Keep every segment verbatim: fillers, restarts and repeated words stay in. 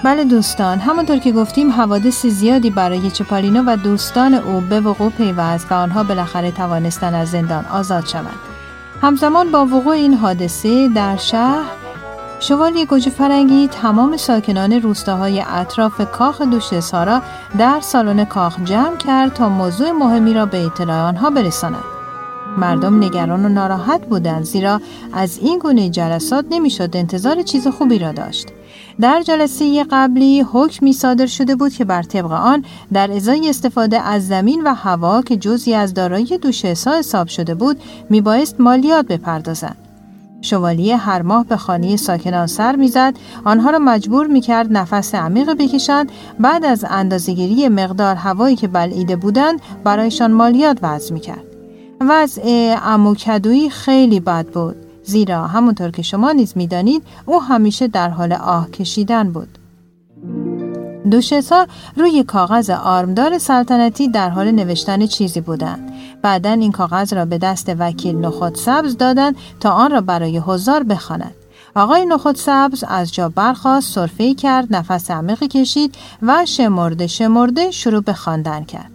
بله دوستان، همونطور که گفتیم حوادث زیادی برای چپالینو و دوستان او به وقوع پیوست و آنها بالاخره توانستند از زندان آزاد شوند. همزمان با وقوع این حادثه در شهر، شوالیه گوجه فرنگی تمام ساکنان روستاهای اطراف کاخ دوشیزها را در سالن کاخ جمع کرد تا موضوع مهمی را به اطلاع آنها برساند. مردم نگران و ناراحت بودند، زیرا از این گونه جلسات نمیشد انتظار چیز خوبی را داشت. در جلسه قبلی حکمی صادر شده بود که بر طبق آن در ازای استفاده از زمین و هوا که جزئی از دارایی دوشیزها حساب شده بود میبایست مالیات بپردازند. شوالیه هر ماه به خانه ساکنان سر میزد، آنها را مجبور میکرد نفس عمیق بکشند، بعد از اندازه‌گیری مقدار هوایی که بلعیده بودند برایشان مالیات وضع میکرد. وضع عمو کدویی خیلی بد بود، زیرا همونطور که شما نیز میدانید او همیشه در حال آه کشیدن بود. دوشیزها روی کاغذ آرمدار سلطنتی در حال نوشتن چیزی بودند. بعداً این کاغذ را به دست وکیل نخودسبز دادند تا آن را برای حضار بخواند. آقای نخودسبز از جا برخاست، سرفه‌ای کرد، نفس عمیقی کشید و شمرده شمرده شروع به خواندن کرد.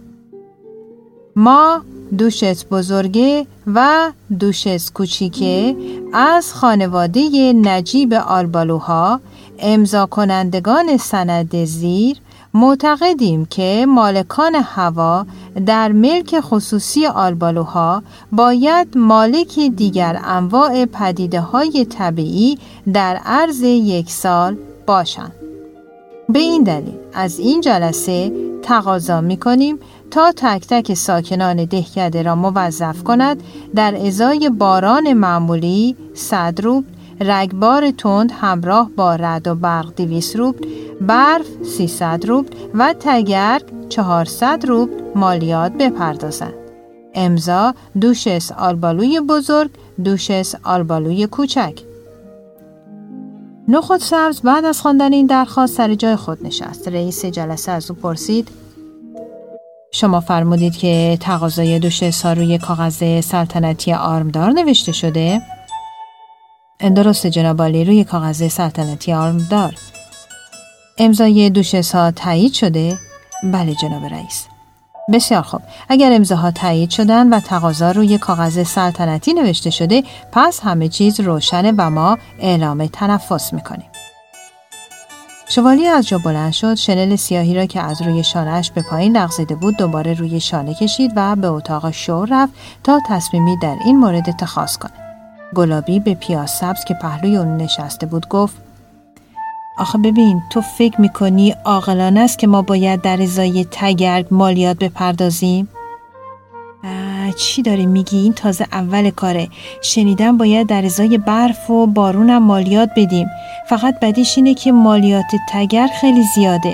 ما دوشیز بزرگه و دوشیز کوچیکه از خانواده نجیب آلبالوها امضا کنندگان سند زیر معتقدیم که مالکان هوا در ملک خصوصی آلبالوها باید مالک دیگر انواع پدیده‌های طبیعی در عرض یک سال باشند. به این دلیل از این جلسه تقاضا می‌کنیم تا تک تک ساکنان دهکده را موظف کند در ازای باران معمولی صد روبل، رگبار تند همراه با رعد و برق دویست روبل، برف سیصد روبل و تگرگ چهارصد روبل مالیات بپردازند. امضا دوشیز آلبالوی بزرگ، دوشیز آلبالوی کوچک. نخودسبز بعد از خواندن این درخواست سر جای خود نشست. رئیس جلسه از او پرسید: شما فرمودید که تقاضای دوشیزها روی کاغذ سلطنتی آرمدار نوشته شده؟ درسته جناب عالی، روی کاغذ سلطنتی آرمدار. امضای دوشیزها تایید شده؟ بله جناب رئیس. بسیار خوب، اگر امضاها تایید شدن و تقاضا روی کاغذ سلطنتی نوشته شده، پس همه چیز روشنه و ما اعلام تنفس میکنیم. شوالیه از جا بلند شد، شنل سیاهی را که از روی شانه‌اش به پایین لغزیده بود دوباره روی شانه کشید و به اتاق شور رفت تا تصمیمی در این مورد اتخاذ کند. گلابی به پیاز سبز که پهلوی اون نشسته بود گفت: آخه ببین، تو فکر میکنی عاقلانه است که ما باید در ازای تگرگ مالیات بپردازیم؟ چی داری میگی؟ این تازه اول کاره. شنیدم باید در ازای برف و بارونم مالیات بدیم. فقط بدیش اینه که مالیات تگرگ خیلی زیاده.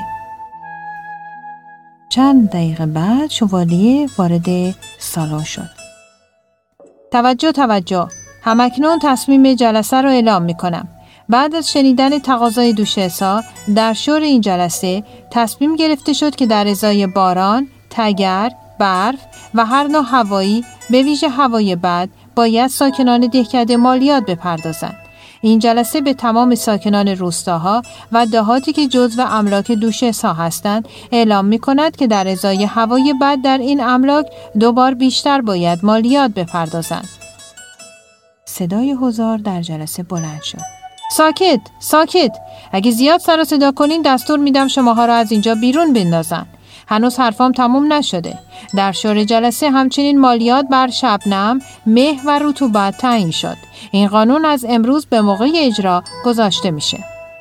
چند دقیقه بعد شوالیه وارد سالن شد. توجه توجه، همکنون تصمیم جلسه رو اعلام میکنم. بعد از شنیدن تقاضای دوشیزها در شور این جلسه تصمیم گرفته شد که در ازای باران، تگرگ، برف و هر نوع هوایی به ویژه هوای بد باید ساکنان دهکده مالیات بپردازند. این جلسه به تمام ساکنان روستاها و دهاتی که جزو املاک دوشیزها هستند اعلام می کند که در ازای هوای بد در این املاک دوبار بیشتر باید مالیات بپردازند. صدای حضار در جلسه بلند شد. ساکت، ساکت. اگه زیاد سر و صدا کنین دستور میدم شماها را از اینجا بیرون بندازن. هنوز حرفام تموم نشده. در شور جلسه همچنین مالیات بر شبنم، مه و رطوبت تعیین شد. این قانون از امروز به موقع اجرا گذاشته میشه.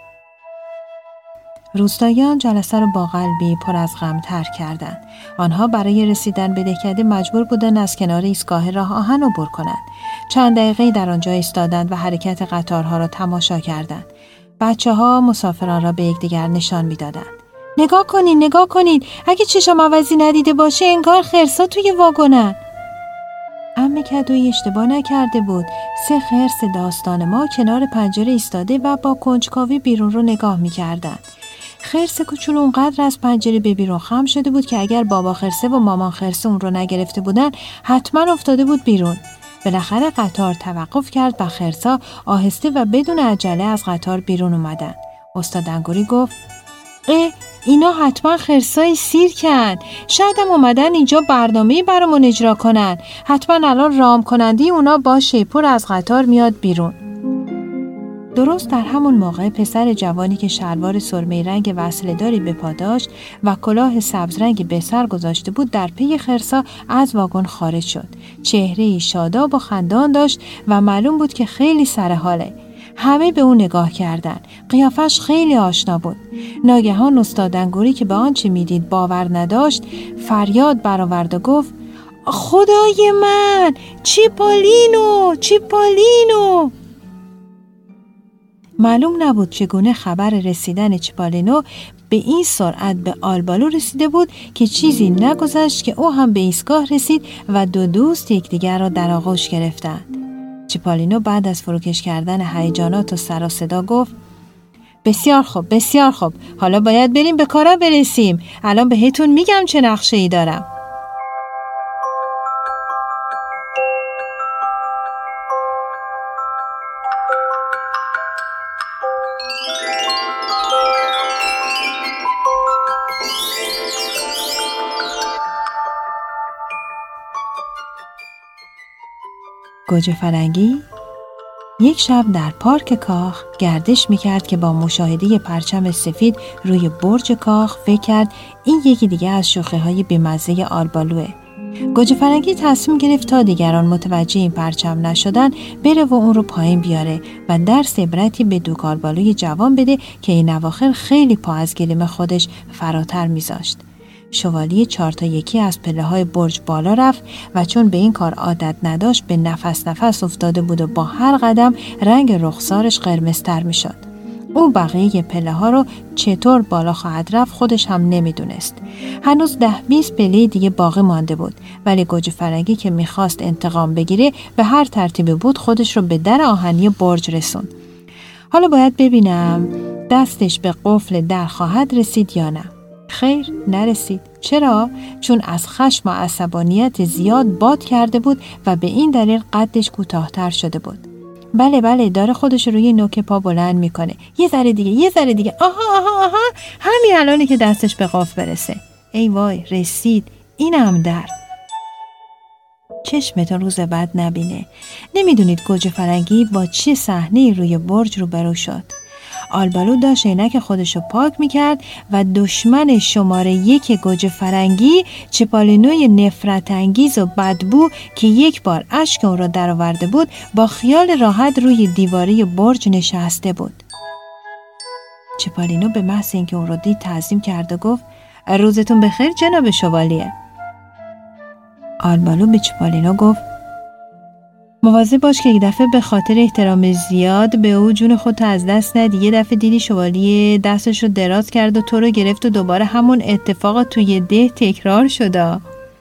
روستاییان جلسه رو با قلبی پر از غم ترک کردند. آنها برای رسیدن به دهکده مجبور بودند از کنار ایستگاه راه آهن عبور کنند. چند دقیقه در آنجا ایستادند و حرکت قطارها را تماشا کردند. بچه‌ها مسافران را به یکدیگر نشان می‌دادند. نگاه کنین، نگاه کنین. اگه چشم عوضی ندیده باشه انگار خرسا توی واگنن. عمه کدویی اشتباه نکرده بود. سه خرس داستان ما کنار پنجره ایستاده و با کنجکاوی بیرون رو نگاه می‌کردند. خرس کوچولو اونقدر از پنجره به بیرون خم شده بود که اگر بابا خرسه و مامان خرسه اون رو نگرفته بودن حتما افتاده بود بیرون. بالاخره قطار توقف کرد و خرسا آهسته و بدون عجله از قطار بیرون اومدن. استاد انگوری گفت: اه اینا حتما خرسای سیرکن. شاید هم اومدن اینجا برنامه‌ای برامون اجرا کنن. حتما الان رام کنندی اونا با شیپور از قطار میاد بیرون. درست در همون موقع پسر جوانی که شلوار سرمه‌ای رنگ وصله‌داری به پا داشت و کلاه سبز رنگ به سر گذاشته بود در پی خرسا از واگن خارج شد. چهره‌ای شاداب و خندان داشت و معلوم بود که خیلی سرحاله. همه به اون نگاه کردن. قیافش خیلی آشنا بود. ناگهان استاد انگوری که به آنچه میدید باور نداشت فریاد برآورد و گفت: خدای من، چیپولینو، چیپولینو! معلوم نبود چگونه خبر رسیدن چیپولینو به این سرعت به آلبالو رسیده بود که چیزی نگذشت که او هم به ایستگاه رسید و دو دوست یکدیگر را در آغوش گرفتند. چیپولینو بعد از فروکش کردن هیجانات و سر و صدا گفت: بسیار خوب، بسیار خوب. حالا باید بریم به کارا برسیم. الان بهتون میگم چه نقشه‌ای دارم. گوجه فرنگی یک شب در پارک کاخ گردش میکرد که با مشاهده پرچم سفید روی برج کاخ فکر کرد این یکی دیگه از شوخی‌های بی‌مزه آلبالوه. گوجه فرنگی تصمیم گرفت تا دیگران متوجه این پرچم نشدن بره و اون رو پایین بیاره و درس عبرتی به دوک آلبالوی جوان بده که این اواخر خیلی پا از گلیم خودش فراتر میذاشت. شوالیه چهار تا یکی از پله های برج بالا رفت و چون به این کار عادت نداشت به نفس نفس افتاده بود و با هر قدم رنگ رخسارش قرمزتر می شد. او بقیه پله ها رو چطور بالا خواهد رفت خودش هم نمیدونست. هنوز ده بیست پله دیگه باقی مانده بود، ولی گوجه فرنگی که میخواست انتقام بگیره به هر ترتیبی بود خودش رو به در آهنی برج رسوند. حالا باید ببینم دستش به قفل در خواهد رسید یا نه. خیر، نرسید. چرا؟ چون از خشم و عصبانیت زیاد باد کرده بود و به این دلیل قدش کوتاه‌تر شده بود. بله بله داره خودش روی نوک پا بلند میکنه. یه ذره دیگه، یه ذره دیگه. آها آها آها، همین الانی که دستش به قفل برسه. ای وای، رسید. اینم در. چشمتون روز بعد نبینه. نمیدونید گوجه فرنگی با چه صحنه‌ای روی برج روبرو شد. آلبالو داشت عینک خودشو پاک میکرد و دشمن شماره یک گوجه فرنگی، چیپولینوی نفرت انگیز و بدبو که یک بار اشک اون را در آورده بود، با خیال راحت روی دیواره برج نشسته بود. چیپولینو به محض اینکه اون را دید تعظیم کرد و گفت: روزتون بخیر جناب شوالیه. آلبالو به چیپولینو گفت: مواظب باش که یک دفعه به خاطر احترام زیاد به او جون خودت از دست ندی. یه دفعه دیدی شوالیه دستش رو دراز کرد و تو رو گرفت و دوباره همون اتفاق توی ده تکرار شده.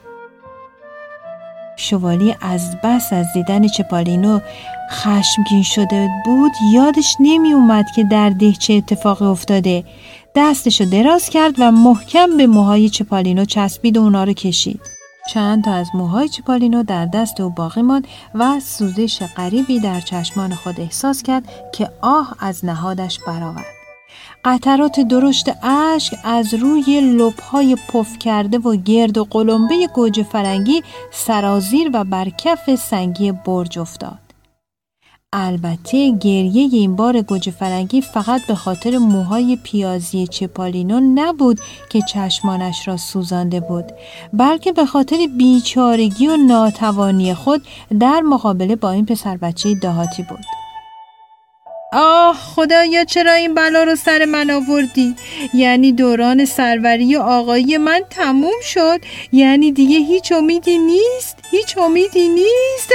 شوالیه از بس از دیدن چیپولینو خشمگین شده بود یادش نمی اومد که در ده چه اتفاقی افتاده. دستش رو دراز کرد و محکم به موهای چیپولینو چسبید و اونا رو کشید. چند تا از موهای چیپولینو در دست او باقی ماند و سوزش غریبی در چشمان خود احساس کرد که آه از نهادش برآورد. قطرات درشت اشک از روی لب‌های پف کرده و گرد و قلمبه گوجه فرنگی سرازیر و بر کف سنگی برج افتاد. البته گریه این بار گوجه فرنگی فقط به خاطر موهای پیازی چیپولینو نبود که چشمانش را سوزانده بود، بلکه به خاطر بیچارگی و ناتوانی خود در مقابله با این پسر بچه دهاتی بود. آه خدایا، چرا این بلا رو سر من آوردی؟ یعنی دوران سروری و آقایی من تموم شد؟ یعنی دیگه هیچ امیدی نیست؟ هیچ امیدی نیست؟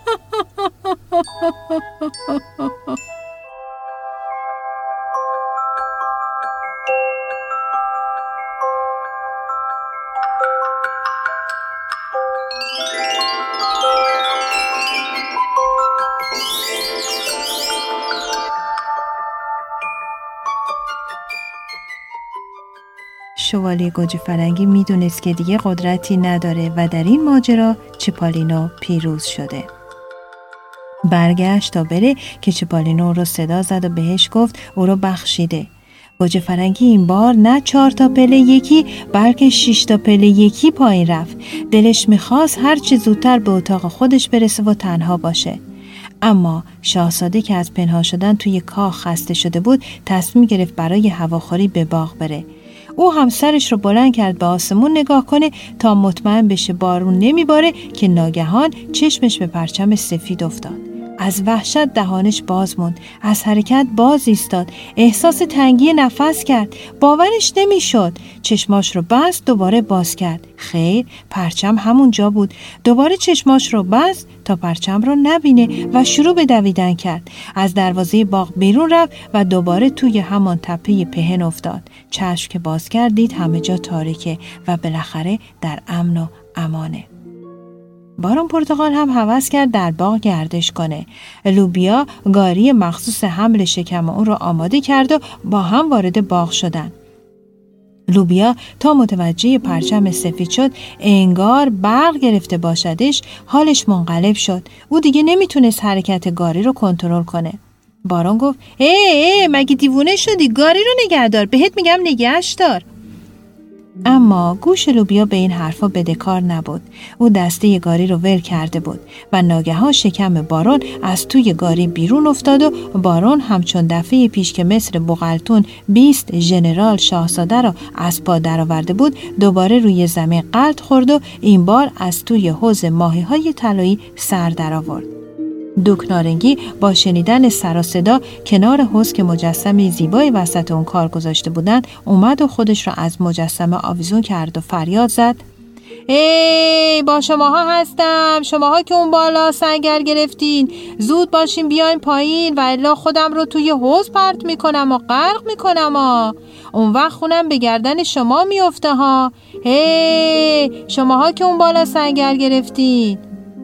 شوالیه گوجه فرنگی میدونست که دیگه قدرتی نداره و در این ماجرا چیپولینو پیروز شده. برگشت تا بره که چیپولینو رو صدا زد و بهش گفت او رو بخشیده. گوجه فرنگی این بار نه چهار تا پله یکی بلکه شش تا پله یکی پایین رفت. دلش میخواست هر چه زودتر به اتاق خودش برسه و تنها باشه. اما شاهزاده که از پنهان شدن توی کاخ خسته شده بود تصمیم گرفت برای هواخوری به باغ بره. او هم سرش رو بلند کرد به آسمون نگاه کنه تا مطمئن بشه بارون نمیباره که ناگهان چشمش به پرچم سفید افتاد. از وحشت دهانش باز موند، از حرکت باز ایستاد، احساس تنگی نفس کرد، باورش نمیشد. چشماش رو بست، دوباره باز کرد. خیر، پرچم همون جا بود. دوباره چشماش رو بست تا پرچم رو نبینه و شروع به دویدن کرد. از دروازه باغ بیرون رفت و دوباره توی همان تپه پهن افتاد. چشم که باز کرد دید همه جا تاریکه و بالاخره در امن و امانه. بارون پرتقال هم هوس کرد در باغ گردش کنه. لوبیا گاری مخصوص حمل شکم اون رو آماده کرد و با هم وارد باغ شدن. لوبیا تا متوجه پرچم سفید شد انگار برق گرفته باشدش، حالش منقلب شد. او دیگه نمیتونست حرکت گاری رو کنترل کنه. بارون گفت ای ای مگه دیوونه شدی؟ گاری رو نگهدار، بهت میگم نگهش دار. اما گوش لوبیا به این حرفا بدهکار نبود. او دسته گاری رو ول کرده بود و ناگهان شکم بارون از توی گاری بیرون افتاد و بارون همچون دفعه پیش که مثل بوقلتون بیست ژنرال شاهزاده را از پا درآورده بود دوباره روی زمین غلط خورد و این بار از توی حوض ماهی‌های طلایی سر درآورد. دوک نارنگی با شنیدن سر و صدا کنار حوض که مجسمه زیبای وسط اون کار گذاشته بودن اومد و خودش را از مجسمه آویزون کرد و فریاد زد ای با شماها هستم، شماها که اون بالا سنگر گرفتین، زود باشین بیاین پایین و الا خودم رو توی حوض پرت میکنم و غرق میکنم ها. اون وقت خونم به گردن شما میفته ها. هی شماها که اون بالا سنگر گرفتین.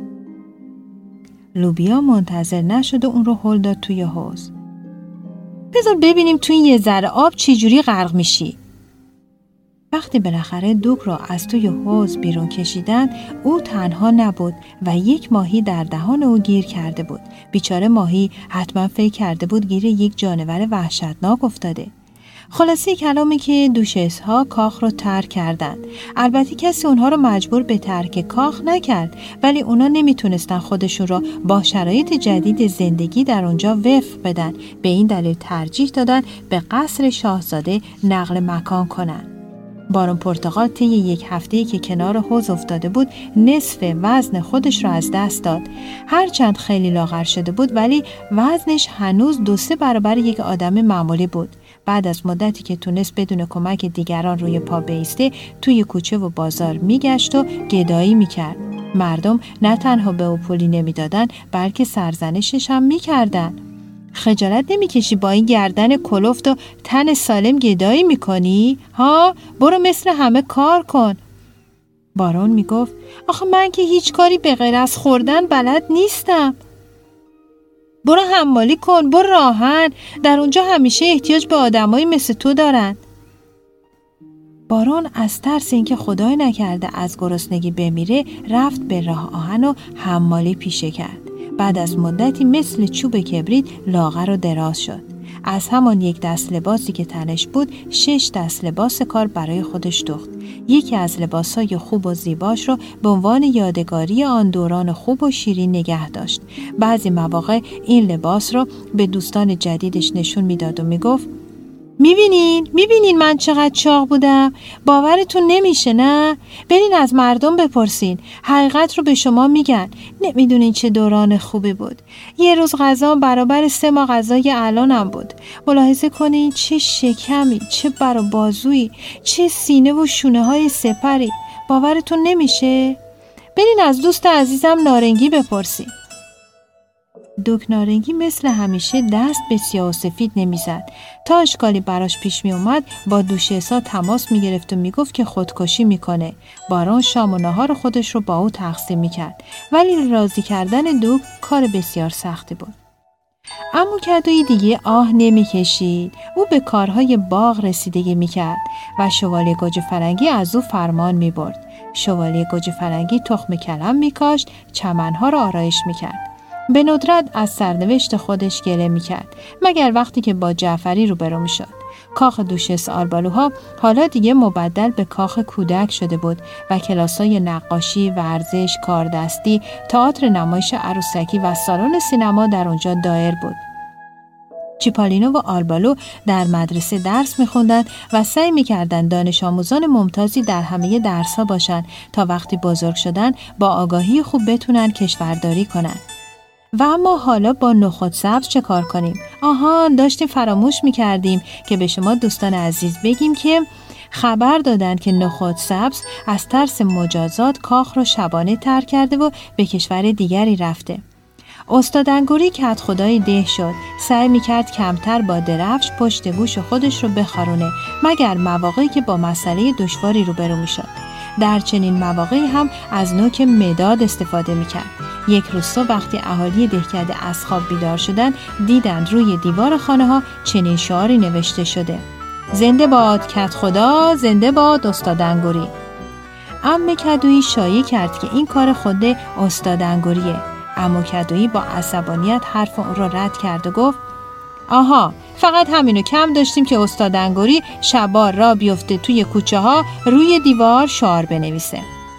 لوبیا منتظر نشد و اون رو هل داد توی حوض. بذار ببینیم توی یه ذره آب چی جوری غرق میشی. وقتی بالاخره دوک را از توی حوض بیرون کشیدن او تنها نبود و یک ماهی در دهان او گیر کرده بود. بیچاره ماهی حتما فکر کرده بود گیر یک جانور وحشتناک افتاده. خلاصه کلامی که دوشس ها کاخ رو ترک کردند. البته کسی اونها رو مجبور به ترک کاخ نکرد، ولی اونا نمیتونستن خودشون رو با شرایط جدید زندگی در اونجا وفق بدن. به این دلیل ترجیح دادن به قصر شاهزاده نقل مکان کنن. بارون پرتقال طی یک هفته‌ای که کنار حوض افتاده بود نصف وزن خودش را از دست داد. هرچند خیلی لاغر شده بود ولی وزنش هنوز دو سه برابر یک آدم معمولی بود. بعد از مدتی که تونست بدون کمک دیگران روی پا بایسته توی کوچه و بازار میگشت و گدایی میکرد. مردم نه تنها به او پولی نمیدادن بلکه سرزنشش هم میکردن. خجالت نمیکشی با این گردن کلفت و تن سالم گدایی میکنی؟ ها؟ برو مثل همه کار کن. بارون میگفت آخه من که هیچ کاری به غیر از خوردن بلد نیستم. برو حمالی کن، برو راهن، در اونجا همیشه احتیاج به آدمایی مثل تو دارن. بارون از ترس اینکه خدای نکرده از گرسنگی بمیره رفت به راه آهن و حمالی پیشه کرد. بعد از مدتی مثل چوب کبریت لاغر و دراز شد. از همان یک دست لباسی که تنش بود شش دست لباس کار برای خودش دوخت. یکی از لباسهای خوب و زیباش رو به عنوان یادگاری آن دوران خوب و شیرین نگه داشت. بعضی مواقع این لباس رو به دوستان جدیدش نشون میداد و میگفت میبینین؟ میبینین من چقدر چاق بودم؟ باورتون نمیشه نه؟ برین از مردم بپرسین، حقیقت رو به شما میگن. نمیدونین چه دوران خوبی بود. یه روز غذا برابر سه ماه غذای الانم بود. ملاحظه کنین چه شکمی، چه بر و بازویی، چه سینه و شونه های سپری. باورتون نمیشه؟ برین از دوست عزیزم نارنگی بپرسین. دوک نارنگی مثل همیشه دست به سیاه و سفید نمیزد. تا اشکالی براش پیش می اومد با دوشسا تماس می گرفت و می گفت که خودکشی می کنه. بارون شام و نهار خودش رو با او تقسیم می کرد. ولی راضی کردن دوک کار بسیار سختی بود. اما کدوی دیگه آه نمی کشید. او به کارهای باغ رسیدگی می کرد و شوالیه گوجه فرنگی از او فرمان می برد. شوالیه گوجه فرنگی تخم کلم می کاشت، چمنها را آرایش می کرد. به ندرت از سرنوشت خودش گله می‌کرد مگر وقتی که با جعفری روبرو می‌شد. کاخ دوشس آربالوها حالا دیگه مبدل به کاخ کودک شده بود و کلاسای نقاشی، ورزش، کاردستی، تئاتر نمایش عروسکی و سالن سینما در اونجا دایر بود. چیپالینو و آربالو در مدرسه درس می‌خوندند و سعی می‌کردند دانش آموزان ممتازی در همه درس‌ها باشند تا وقتی بزرگ شدن با آگاهی خوب بتونن کشورداری کنند. و اما حالا با نخود سبز چه کار کنیم؟ آهان، داشتیم فراموش می‌کردیم که به شما دوستان عزیز بگیم که خبر دادند که نخود سبز از ترس مجازات کاخ رو شبانه ترک کرده و به کشور دیگری رفته. استاد انگوری کت خدای ده شد، سعی میکرد کمتر با درفش پشت گوش خودش رو بخارونه مگر مواقعی که با مسئله دشواری روبرو میشد. در چنین مواقعی هم از نوک مداد استفاده میکرد. یک روز صبح وقتی اهالی دهکده از خواب بیدار شدن دیدند روی دیوار خانه ها چنین شعاری نوشته شده: زنده باد کت خدا، زنده باد استاد انگوری. عمه کدویی شایعه کرد که این کار خود استاد انگوریه. عمو کدویی با عصبانیت حرف اون را رد کرد و گفت: آها، فقط همینو کم داشتیم که استاد انگوری شبا را بیفته توی کوچه ها روی دیوار شعار بنویسه.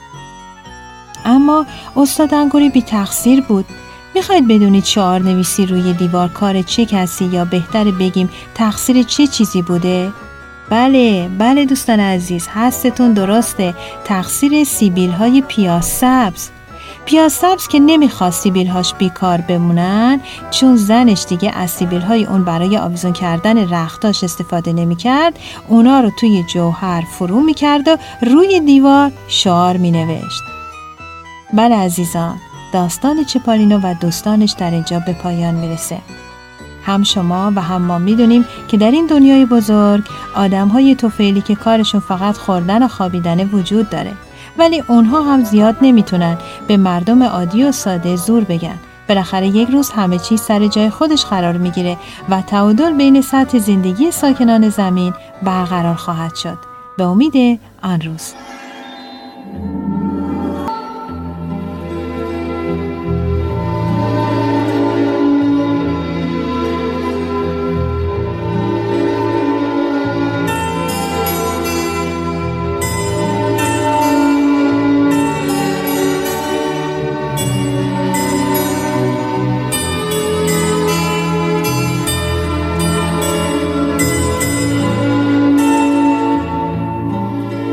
اما استاد انگوری بی تقصیر بود. میخواید بدونید شعار نویسی روی دیوار کار چه کسی، یا بهتر بگیم تقصیر چه چیزی بوده؟ بله بله دوستان عزیز، هستتون درسته، تقصیر سیبیل های پیاز سبز. پیاز سبز که نمیخواست سیبیل‌هاش بیکار بمونن، چون زنش دیگه از سیبیل‌های اون برای آویزون کردن رختاش استفاده نمی‌کرد، اونا رو توی جوهر فرو می‌کرد و روی دیوار شعار می‌نوشت. بله عزیزان، داستان چیپالینو و دوستانش در اینجا به پایان میرسه. هم شما و هم ما میدونیم که در این دنیای بزرگ آدم‌های طفیلی که کارشون فقط خوردن و خوابیدن وجود داره، ولی اونها هم زیاد نمیتونن به مردم عادی و ساده زور بگن. بالاخره یک روز همه چیز سر جای خودش قرار میگیره و تعادل بین سطح زندگی ساکنان زمین برقرار خواهد شد. به امید آن روز.